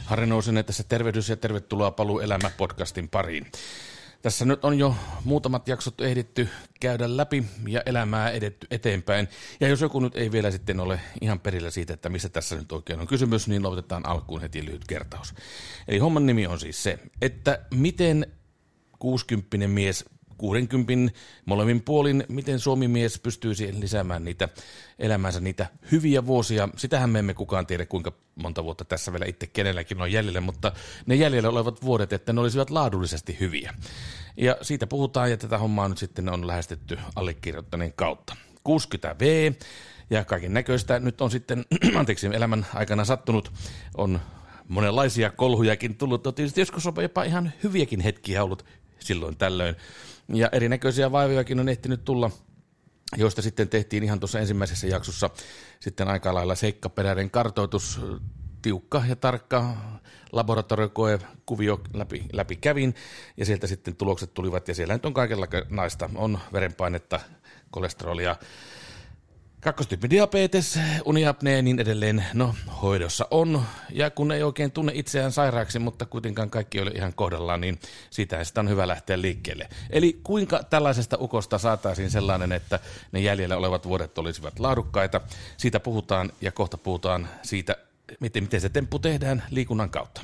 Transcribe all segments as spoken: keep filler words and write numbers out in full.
Harri Nousinen tässä tervehdys ja tervetuloa Paluu elämä podcastin pariin. Tässä nyt on jo muutamat jaksot ehditty käydä läpi ja elämää edetty eteenpäin. Ja jos joku nyt ei vielä sitten ole ihan perillä siitä, että missä tässä nyt oikein on kysymys, niin otetaan alkuun heti lyhyt kertaus. Eli homman nimi on siis se, että miten kuusikymppinen mies kuudenkympin molemmin puolin, miten Suomi-mies pystyy siihen lisäämään niitä elämäänsä, niitä hyviä vuosia. Sitähän me emme kukaan tiedä, kuinka monta vuotta tässä vielä itse kenelläkin on jäljellä, mutta ne jäljellä olevat vuodet, että ne olisivat laadullisesti hyviä. Ja siitä puhutaan, ja tätä hommaa nyt sitten on lähestytty allekirjoittaneen kautta. kuusikymmentä vuotta ja kaiken näköistä nyt on sitten, anteeksi, elämän aikana sattunut, on monenlaisia kolhujakin tullut, on tietysti joskus on jopa ihan hyviäkin hetkiä ollut silloin tällöin. Ja erinäköisiä vaivojakin on ehtinyt tulla, joista sitten tehtiin ihan tuossa ensimmäisessä jaksossa sitten aika lailla seikkaperäinen kartoitus, tiukka ja tarkka laboratoriokoe kuvio läpi, läpi kävin, ja sieltä sitten tulokset tulivat, ja siellä nyt on kaikenlaista, on verenpainetta, kolesterolia, kakkostyyppi diabetes, uniapnea ja niin edelleen, no hoidossa on, ja kun ei oikein tunne itseään sairaaksi, mutta kuitenkaan kaikki ei ole ihan kohdallaan, niin siitä sitä on hyvä lähteä liikkeelle. Eli kuinka tällaisesta ukosta saataisiin sellainen, että ne jäljellä olevat vuodet olisivat laadukkaita, siitä puhutaan, ja kohta puhutaan siitä, miten, miten se temppu tehdään liikunnan kautta.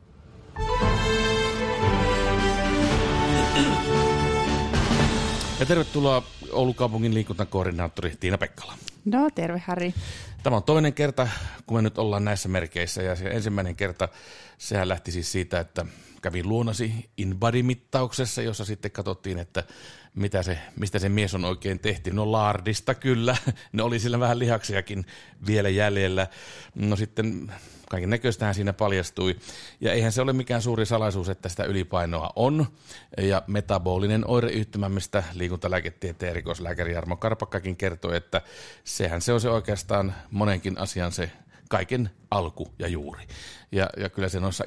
Ja tervetuloa Oulun kaupungin liikuntakoordinaattori Tiina Pekkala. No, terve Harri. Tämä on toinen kerta, kun me nyt ollaan näissä merkeissä, ja se ensimmäinen kerta, sehän lähti siis siitä, että kävin luonasi InBody-mittauksessa, jossa sitten katsottiin, että mitä se, mistä se mies on oikein tehty. No laardista kyllä, ne oli sillä vähän lihaksiakin vielä jäljellä. No sitten kaiken näköistähän siinä paljastui, ja eihän se ole mikään suuri salaisuus, että sitä ylipainoa on, ja metabolinen oireyhtymä, mistä liikuntalääketieteen erikoislääkäri Jarmo Karpakkakin kertoi, että sehän se on se oikeastaan monenkin asian se kaiken alku ja juuri. Ja, ja kyllä se noissa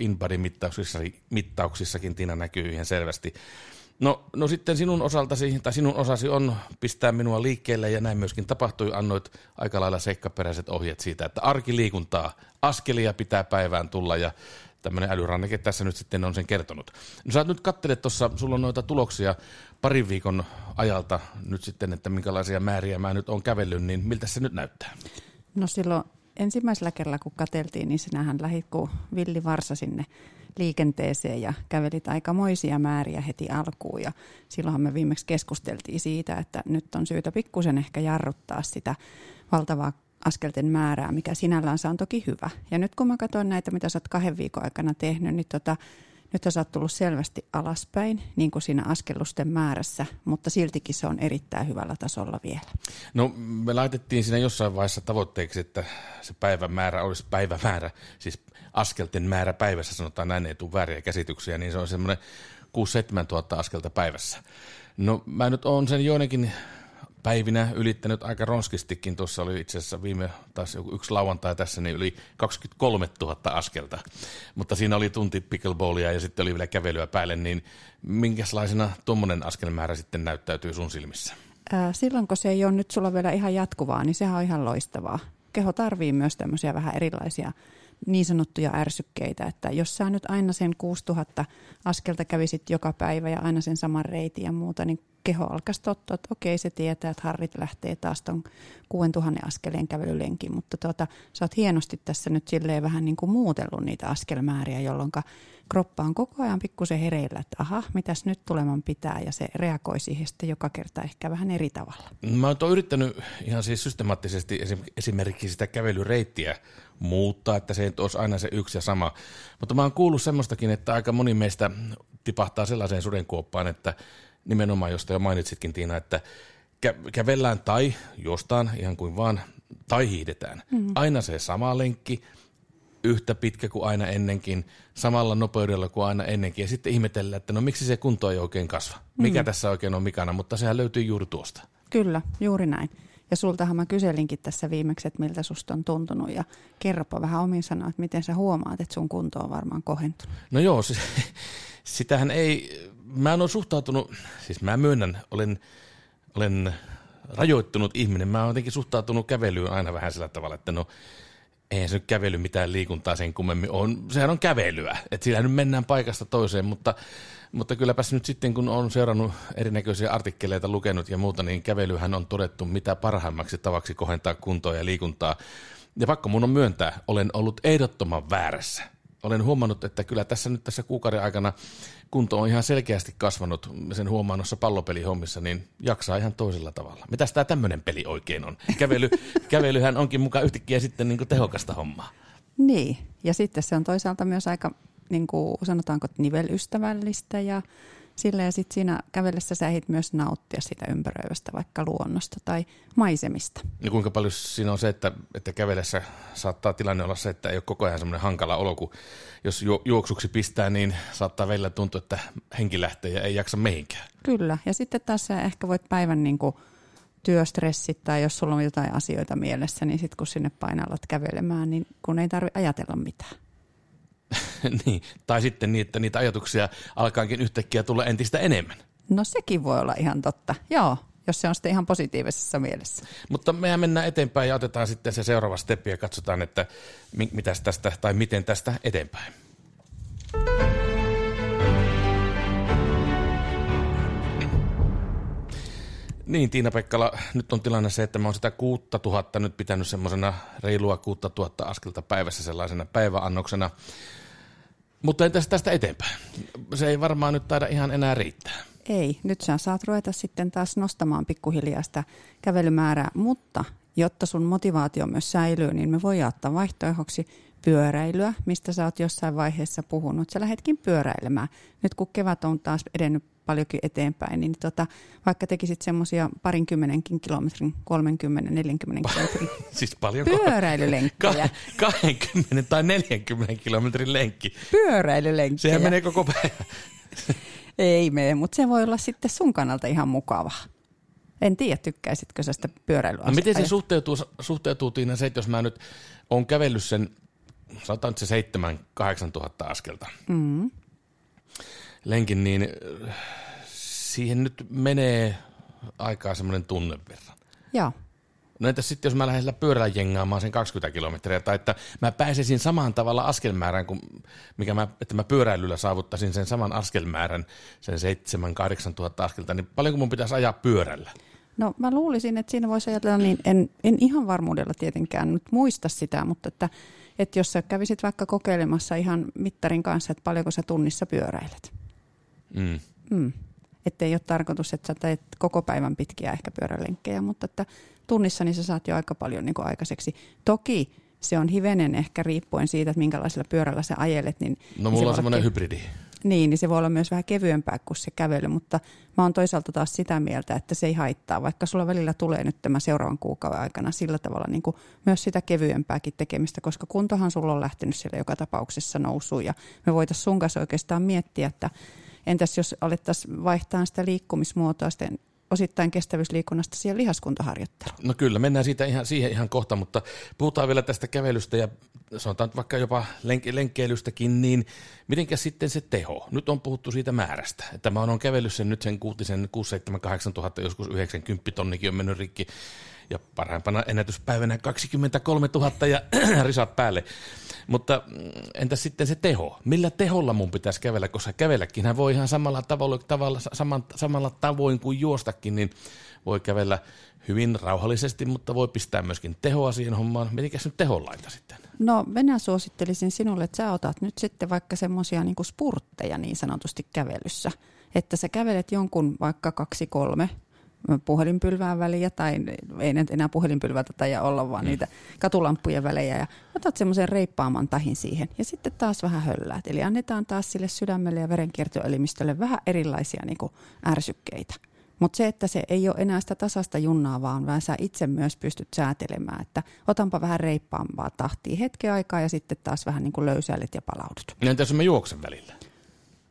InBody-mittauksissakin Tiina näkyy ihan selvästi. No, no sitten sinun osaltasi, tai sinun osasi on pistää minua liikkeelle, ja näin myöskin tapahtui. Annoit aika lailla seikkaperäiset ohjeet siitä, että arkiliikuntaa, askelia pitää päivään tulla, ja tämmöinen älyranneke tässä nyt sitten on sen kertonut. No sä nyt katselet tuossa, sulla on noita tuloksia parin viikon ajalta nyt sitten, että minkälaisia määriä mä nyt oon kävellyt, niin miltä se nyt näyttää? No silloin ensimmäisellä kerralla, kun katseltiin, niin sinähän lähit kuin villivarsa sinne liikenteeseen ja kävelit aikamoisia määriä heti alkuun. Ja silloinhan me viimeksi keskusteltiin siitä, että nyt on syytä pikkusen ehkä jarruttaa sitä valtavaa askelten määrää, mikä sinällään on toki hyvä. Ja nyt kun mä katson näitä, mitä sä oot kahden viikon aikana tehnyt, niin tota, nyt sä oot tullut selvästi alaspäin, niin kuin siinä askellusten määrässä, mutta siltikin se on erittäin hyvällä tasolla vielä. No me laitettiin siinä jossain vaiheessa tavoitteeksi, että se päivämäärä olisi päivämäärä, siis askelten määrä päivässä, sanotaan näin, ei tule vääriä käsityksiä, niin se on semmoinen kuusi seitsemän tuhatta askelta päivässä. No mä nyt oon sen joinakin päivinä ylittänyt aika ronskistikin. Tuossa oli itse asiassa viime, taas joku yksi lauantai tässä, niin yli kaksikymmentäkolmetuhatta askelta. Mutta siinä oli tunti pickleballia ja sitten oli vielä kävelyä päälle, niin minkälaisena tuommoinen askelmäärä sitten näyttäytyy sun silmissä? Ää, silloin kun se ei ole nyt sulla vielä ihan jatkuvaa, niin sehän on ihan loistavaa. Keho tarvii myös tämmöisiä vähän erilaisia niin sanottuja ärsykkeitä, että jos sä nyt aina sen kuusituhatta askelta kävisit joka päivä ja aina sen saman reitin ja muuta, niin keho alkaisi tottua, että okei, se tietää, että Harrit lähtee taas ton kuudentuhannen askeleen kävelylenkin, mutta tuota, sä oot hienosti tässä nyt silleen vähän niin kuin muutellut niitä askelmääriä, jolloin kroppa on koko ajan pikkusen hereillä, että aha, mitäs nyt tuleman pitää, ja se reagoi siihen sitten joka kerta ehkä vähän eri tavalla. Mä oon yrittänyt ihan siis systemaattisesti esimerkiksi sitä kävelyreittiä muuttaa, että se ei olisi aina se yksi ja sama, mutta mä oon kuullut semmoistakin, että aika moni meistä tipahtaa sellaiseen sudenkuoppaan, että nimenomaan, josta jo mainitsitkin Tiina, että kä- kävellään tai juostaan ihan kuin vaan, tai hiihdetään. Mm. Aina se sama lenkki, yhtä pitkä kuin aina ennenkin, samalla nopeudella kuin aina ennenkin, ja sitten ihmetellään, että no miksi se kunto ei oikein kasva, mikä mm. tässä oikein on mikana, mutta sehän löytyy juuri tuosta. Kyllä, juuri näin. Ja sultahan mä kyselinkin tässä viimeksi, että miltä susta on tuntunut, ja kerropa vähän omin sanoa, että miten sä huomaat, että sun kunto on varmaan kohentunut. No joo, se, sitähän ei, mä en ole suhtautunut, siis mä myönnän, olen, olen rajoittunut ihminen, mä oon jotenkin suhtautunut kävelyyn aina vähän sillä tavalla, että no eihän se nyt kävely mitään liikuntaa sen kummemmin on. Sehän on kävelyä, että siinä nyt mennään paikasta toiseen, mutta, mutta kylläpäs nyt sitten kun on seurannut erinäköisiä artikkeleita, lukenut ja muuta, niin kävelyhän on todettu mitä parhaimmaksi tavaksi kohentaa kuntoa ja liikuntaa. Ja pakko mun on myöntää, olen ollut ehdottoman väärässä. Olen huomannut, että kyllä tässä nyt tässä kuukauden aikana kunto on ihan selkeästi kasvanut sen huomaan noissa pallopelihommissa, niin jaksaa ihan toisella tavalla. Mitäs tämä tämmöinen peli oikein on? Kävely, kävelyhän onkin mukaan yhtäkkiä sitten niin kuin tehokasta hommaa. Niin, ja sitten se on toisaalta myös aika, niin kuin sanotaanko, nivelystävällistä ja sillä ja sitten siinä kävellessä sä ehdit myös nauttia sitä ympäröivästä vaikka luonnosta tai maisemista. Ja kuinka paljon siinä on se, että, että kävellessä saattaa tilanne olla se, että ei ole koko ajan semmoinen hankala olo, kun jos ju- juoksuksi pistää, niin saattaa välillä tuntua, että henki lähtee ja ei jaksa mihinkään. Kyllä, ja sitten taas sä ehkä voit päivän niin kuin työstressit tai jos sulla on jotain asioita mielessä, niin sitten kun sinne painallat kävelemään, niin kun ei tarvitse ajatella mitään. Niin, tai sitten niin, että niitä ajatuksia alkaakin yhtäkkiä tulla entistä enemmän. No sekin voi olla ihan totta, joo, jos se on sitten ihan positiivisessa mielessä. Mutta mehän mennään eteenpäin ja otetaan sitten se seuraava steppi ja katsotaan, että mitäs tästä tai miten tästä eteenpäin. Niin, Tiina Pekkala, nyt on tilanne se, että mä oon sitä kuusituhatta nyt pitänyt semmoisena reilua kuusituhatta askelta päivässä sellaisena päiväannoksena. Mutta entäs tästä eteenpäin? Se ei varmaan nyt taida ihan enää riittää. Ei, nyt sä saat ruveta sitten taas nostamaan pikkuhiljaa sitä kävelymäärää, mutta jotta sun motivaatio myös säilyy, niin me voidaan ottaa vaihtoehdoksi pyöräilyä, mistä sä oot jossain vaiheessa puhunut. Sä lähdetkin pyöräilemään. Nyt kun kevät on taas edennyt paljonkin eteenpäin, niin tota, vaikka tekisit semmoisia parinkymmenenkin kilometrin, kolmenkymmenen, neljänkymmenen kilometrin siis paljon pyöräilylenkkejä. kaksikymmentä tai neljänkymmenen kilometrin lenkki. Pyöräilylenkkejä. Sehän menee koko päivä. Ei mene, mutta se voi olla sitten sun kannalta ihan mukava. En tiedä, tykkäisitkö sä sitä pyöräilyasiaa. No miten se suhteutuu, suhteutuu Tiina se, että jos mä nyt oon kävellyt sen, sanotaan nyt se seitsemän, kahdeksan tuhatta askelta mm. lenkin, niin siihen nyt menee aikaa semmoinen tunne verran. Joo. No entäs sitten, jos mä lähden sillä pyörällä jengaamaan sen kaksikymmentä kilometriä, tai että mä pääsisin samaan tavalla askelmäärän, kuin mikä mä, että mä pyöräilyllä saavuttaisin sen saman askelmäärän, sen seitsemän kahdeksan tuhatta askelta, niin paljonko mun pitäisi ajaa pyörällä? No mä luulisin, että siinä voisi ajatella niin, en, en ihan varmuudella tietenkään nyt muista sitä, mutta että, että jos sä kävisit vaikka kokeilemassa ihan mittarin kanssa, että paljonko sä tunnissa pyöräilet. Mm. Mm. Että ei ole tarkoitus, että sä teet koko päivän pitkiä ehkä pyörälenkkejä, mutta että tunnissa niin sä saat jo aika paljon niin kuin aikaiseksi. Toki se on hivenen ehkä riippuen siitä, että minkälaisella pyörällä sä ajelet. Niin no mulla on semmoinen ke- hybridi. Niin, niin se voi olla myös vähän kevyempää kuin se kävely, mutta mä oon toisaalta taas sitä mieltä, että se ei haittaa, vaikka sulla välillä tulee nyt tämän seuraavan kuukauden aikana sillä tavalla niin kuin myös sitä kevyempääkin tekemistä, koska kuntohan sulla on lähtenyt siellä joka tapauksessa nousuun ja me voitaisiin sun kanssa oikeastaan miettiä, että entäs jos alettaisiin vaihtaa sitä liikkumismuotoa sitten osittain kestävyysliikunnasta siihen lihaskuntoharjoitteluun? No kyllä, mennään siitä ihan, siihen ihan kohta, mutta puhutaan vielä tästä kävelystä ja sanotaan vaikka jopa lenk- lenkkeilystäkin, niin mitenkä sitten se teho? Nyt on puhuttu siitä määrästä, että mä oon kävellyt sen nyt sen kuutisen, kuusi, seitsemän, kahdeksan tuhatta, joskus yhdeksänkymmentä tonnikin on mennyt rikki ja parhaimpana ennätyspäivänä kaksikymmentäkolme tuhatta ja risat päälle. Mutta entäs sitten se teho? Millä teholla mun pitäisi kävellä, koska kävelläkin voi ihan samalla tavalla, tavalla saman, samalla tavoin kuin juostakin, niin voi kävellä hyvin rauhallisesti, mutta voi pistää myöskin tehoa siihen hommaan. Mitenkäs nyt tehon laita sitten? No minä suosittelisin sinulle, että sä otat nyt sitten vaikka semmoisia niin kuin spurtteja niin sanotusti kävelyssä, että sä kävelet jonkun vaikka kaksi, kolme puhelinpylvään väliä, tai ei nyt enää puhelinpylvältä tai olla, vaan mm. niitä katulampujen välejä, ja otat semmoisen reippaaman tahin siihen, ja sitten taas vähän hölläät. Eli annetaan taas sille sydämelle ja verenkiertoelimistölle vähän erilaisia niin kuin ärsykkeitä. Mutta se, että se ei ole enää sitä tasasta junnaa, vaan, vaan sä itse myös pystyt säätelemään, että otanpa vähän reippaampaa tahtia hetken aikaa, ja sitten taas vähän niin kuin löysäilet ja palaudut. Ja entäs jos mä juoksen välillä?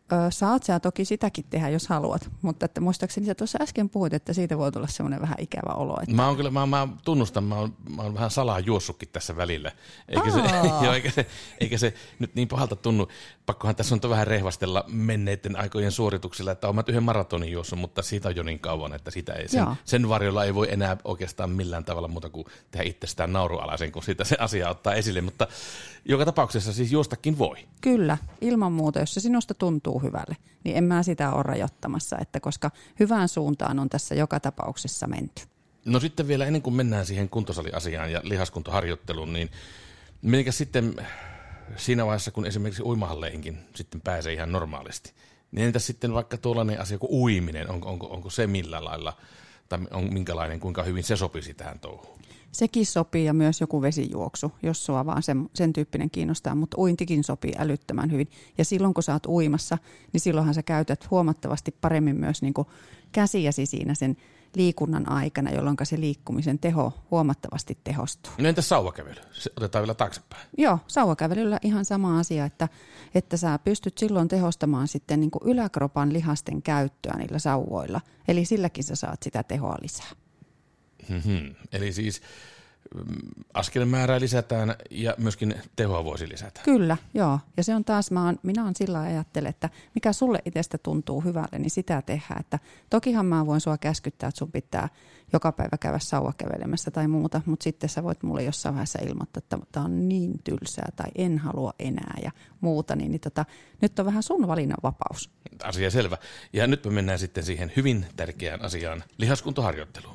Ö, saat sä toki sitäkin tehdä, jos haluat, mutta että muistaakseni sä tuossa äsken puhuit, että siitä voi tulla semmoinen vähän ikävä olo. Että... Mä oon kyllä, mä, mä tunnustan, mä oon, mä oon vähän salaa juossutkin tässä välillä. Eikä se, jo, eikä, se, eikä se nyt niin pahalta tunnu. Pakkohan tässä on vähän rehvastella menneiden aikojen suorituksilla, että oon mä yhden maratonin juossut, mutta siitä on jo niin kauan, että sitä ei, sen, sen varjolla ei voi enää oikeastaan millään tavalla muuta kuin tehdä itsestään naurualaisen, kun siitä se asia ottaa esille. Mutta joka tapauksessa siis juostakin voi. Kyllä, ilman muuta, jos se sinusta tuntuu hyvälle, niin en mä sitä ole rajoittamassa, että koska hyvään suuntaan on tässä joka tapauksessa menty. No sitten vielä ennen kuin mennään siihen kuntosaliasiaan ja lihaskuntoharjoitteluun, niin mitenkä sitten siinä vaiheessa, kun esimerkiksi uimahalleihinkin sitten pääsee ihan normaalisti, niin entäs sitten vaikka tuollainen asia kuin uiminen, onko, onko, onko se millä lailla, tai on minkälainen, kuinka hyvin se sopisi tähän touhuun? Sekin sopii ja myös joku vesijuoksu, jos sua vaan sen, sen tyyppinen kiinnostaa, mutta uintikin sopii älyttömän hyvin. Ja silloin kun sä oot uimassa, niin silloinhan sä käytät huomattavasti paremmin myös niin kuin käsiäsi siinä sen liikunnan aikana, jolloin se liikkumisen teho huomattavasti tehostuu. No entäs sauvakävely? Se otetaan vielä taaksepäin. Joo, sauvakävelyllä ihan sama asia, että, että sä pystyt silloin tehostamaan sitten niin kuin yläkropan lihasten käyttöä niillä sauvoilla. Eli silläkin sä saat sitä tehoa lisää. Mm-hmm. Eli siis askelmäärää lisätään ja myöskin tehoa voisi lisätä. Kyllä, joo. Ja se on taas, mä oon, minä on sillä ajattelen, että mikä sulle itsestä tuntuu hyvälle, niin sitä tehdään. Että tokihan mä voin sua käskyttää, että sun pitää joka päivä käydä sauvakävelemässä tai muuta, mutta sitten sä voit mulle jossain vaiheessa ilmoittaa, että tämä on niin tylsää tai en halua enää ja muuta. Niin, niin tota, nyt on vähän sun valinnanvapaus. Asia selvä. Ja nyt me mennään sitten siihen hyvin tärkeään asiaan, lihaskuntoharjoitteluun.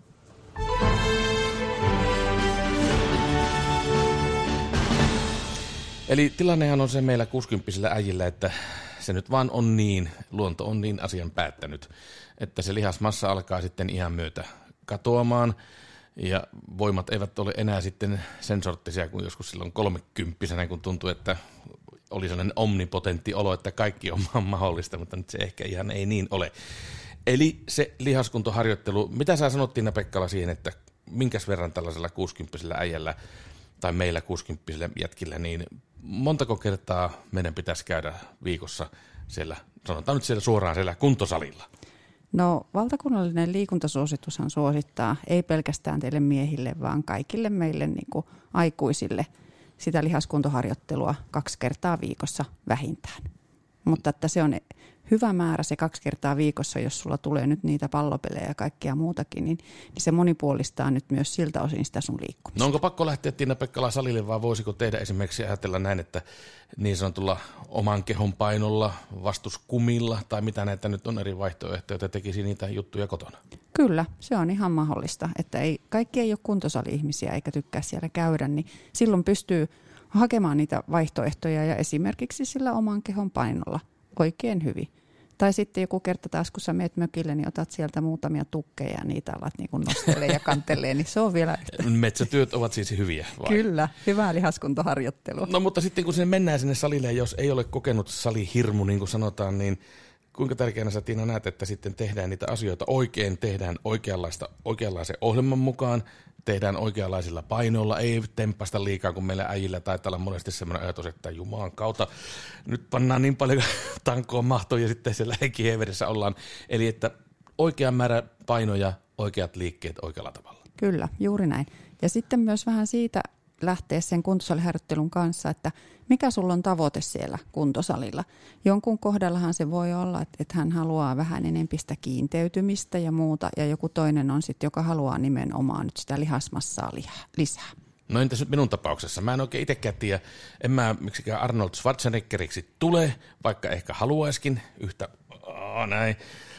Eli tilannehan on se meillä kuusikymppisillä äijillä, että se nyt vaan on niin, luonto on niin asian päättänyt, että se lihasmassa alkaa sitten ihan myötä katoamaan ja voimat eivät ole enää sitten sen sorttisia kuin joskus silloin kolmekymppisenä, kun tuntui, että oli sellainen omnipotentti olo, että kaikki on mahdollista, mutta nyt se ehkä ihan ei niin ole. Eli se lihaskuntoharjoittelu, mitä sä sanot Tiina Pekkala siihen, että minkäs verran tällaisella kuusikymppisellä äijällä tai meillä kuusikymppisillä jätkillä, niin montako kertaa meidän pitäisi käydä viikossa siellä, sanotaan nyt siellä suoraan siellä kuntosalilla? No valtakunnallinen liikuntasuositushan suosittaa, ei pelkästään teille miehille, vaan kaikille meille niin kuin aikuisille sitä lihaskuntoharjoittelua kaksi kertaa viikossa vähintään. Mutta että se on hyvä määrä se kaksi kertaa viikossa, jos sulla tulee nyt niitä pallopelejä ja kaikkea muutakin, niin, niin se monipuolistaa nyt myös siltä osin sitä sun liikkumista. No onko pakko lähteä Tiina Pekkala salille, vai voisiko tehdä esimerkiksi ajatella näin, että niin sanotulla oman kehon painolla, vastuskumilla tai mitä näitä nyt on eri vaihtoehtoja, että tekisi niitä juttuja kotona? Kyllä, se on ihan mahdollista, että ei, kaikki ei ole kuntosali-ihmisiä eikä tykkää siellä käydä, niin silloin pystyy hakemaan niitä vaihtoehtoja ja esimerkiksi sillä oman kehon painolla oikein hyvin. Tai sitten joku kerta taas, kun sä meet mökille, niin otat sieltä muutamia tukkeja ja niitä alat niin nostelee ja kantelee, niin se on vielä... Metsätyöt ovat siis hyviä, vai? Kyllä, hyvää lihaskuntoharjoittelua. No mutta sitten kun sinne mennään sinne salille, jos ei ole kokenut salihirmu, niin kuin sanotaan, niin kuinka tärkeänä sä Tiina näet, että sitten tehdään niitä asioita oikein, tehdään oikeanlaista, oikeanlaisen ohjelman mukaan, tehdään oikeanlaisilla painoilla, ei temppasta liikaa, kun meillä äijillä taitaa olla monesti semmoinen ajatus, että jumalan kautta nyt pannaan niin paljon tankoon mahtoon ja sitten siellä henkihevedessä ollaan. Eli että oikean määrä painoja, oikeat liikkeet oikealla tavalla. Kyllä, juuri näin. Ja sitten myös vähän siitä lähteä sen kuntosaliharjoittelun kanssa, että mikä sulla on tavoite siellä kuntosalilla. Jonkun kohdallahan se voi olla, että, että hän haluaa vähän enemmän sitä kiinteytymistä ja muuta, ja joku toinen on sitten, joka haluaa nimenomaan nyt sitä lihasmassaa lisää. No entäs nyt minun tapauksessa? Mä en oikein itsekään tiedä, en mä miksikään Arnold Schwarzeneggeriksi tule, vaikka ehkä haluaiskin yhtä, Aa, näin.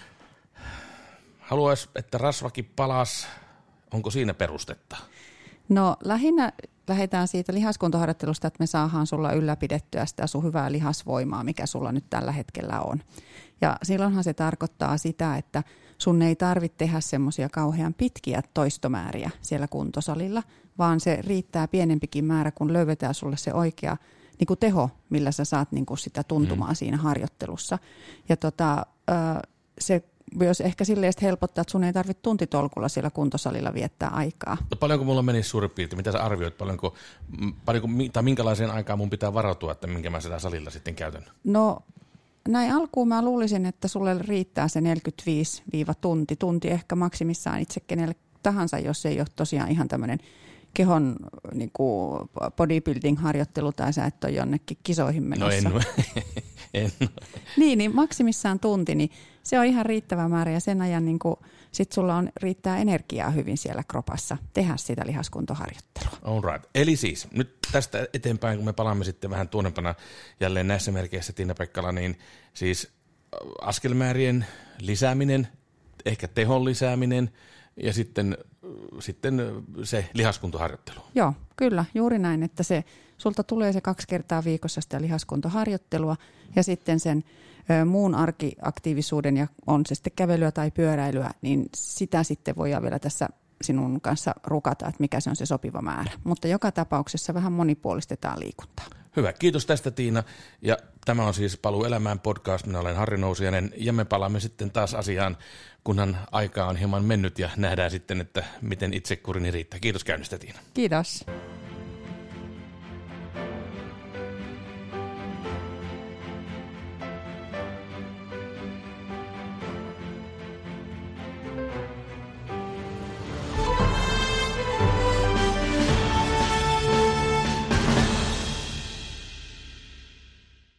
Haluais, että rasvakin palas, onko siinä perustetta? No lähinnä lähdetään siitä lihaskuntoharjoittelusta, että me saadaan sulla ylläpidettyä sitä sun hyvää lihasvoimaa, mikä sulla nyt tällä hetkellä on. Ja silloinhan se tarkoittaa sitä, että sun ei tarvitse tehdä semmoisia kauhean pitkiä toistomääriä siellä kuntosalilla, vaan se riittää pienempikin määrä, kun löydetään sulle se oikea niin kuin teho, millä sä saat niin kuin sitä tuntumaa mm. siinä harjoittelussa. Ja tota, se jos ehkä silleen helpottaa, että sun ei tarvitse tuntitolkulla siellä kuntosalilla viettää aikaa. No paljonko mulla menisi suurin piirtein? Mitä sä arvioit? Paljonko, paljonko, tai minkälaiseen aikaan mun pitää varautua, että minkä mä sitä salilla sitten käytän? No näin alkuun mä luulisin, että sulle riittää se neljäkymmentäviisi tunti, tunti ehkä maksimissaan itse kenelle tahansa, jos ei ole tosiaan ihan tämmöinen kehon niin kuin bodybuilding-harjoittelu tai sä et ole jonnekin kisoihin menossa. No en, en. Niin, niin maksimissaan tunti, niin se on ihan riittävä määrä ja sen ajan niin kuin, sit sulla on, riittää energiaa hyvin siellä kropassa tehdä sitä lihaskuntoharjoittelua. All right. Eli siis nyt tästä eteenpäin, kun me palaamme sitten vähän tuonnepana jälleen näissä merkeissä, Tiina-Pekkala, niin siis askelmäärien lisääminen, ehkä tehon lisääminen ja sitten, sitten se lihaskuntoharjoittelu. Joo, kyllä, juuri näin, että se, sulta tulee se kaksi kertaa viikossa sitä lihaskuntoharjoittelua ja sitten sen ö, muun arkiaktiivisuuden, ja on se sitten kävelyä tai pyöräilyä, niin sitä sitten voidaan vielä tässä sinun kanssa rukata, että mikä se on se sopiva määrä. Mutta joka tapauksessa vähän monipuolistetaan liikuntaa. Hyvä, kiitos tästä Tiina. Ja tämä on siis Paluu elämään podcast. Minä olen Harri Nousiainen ja me palaamme sitten taas asiaan, kunhan aikaa on hieman mennyt ja nähdään sitten, että miten itsekurini riittää. Kiitos käynnistä Tiina. Kiitos.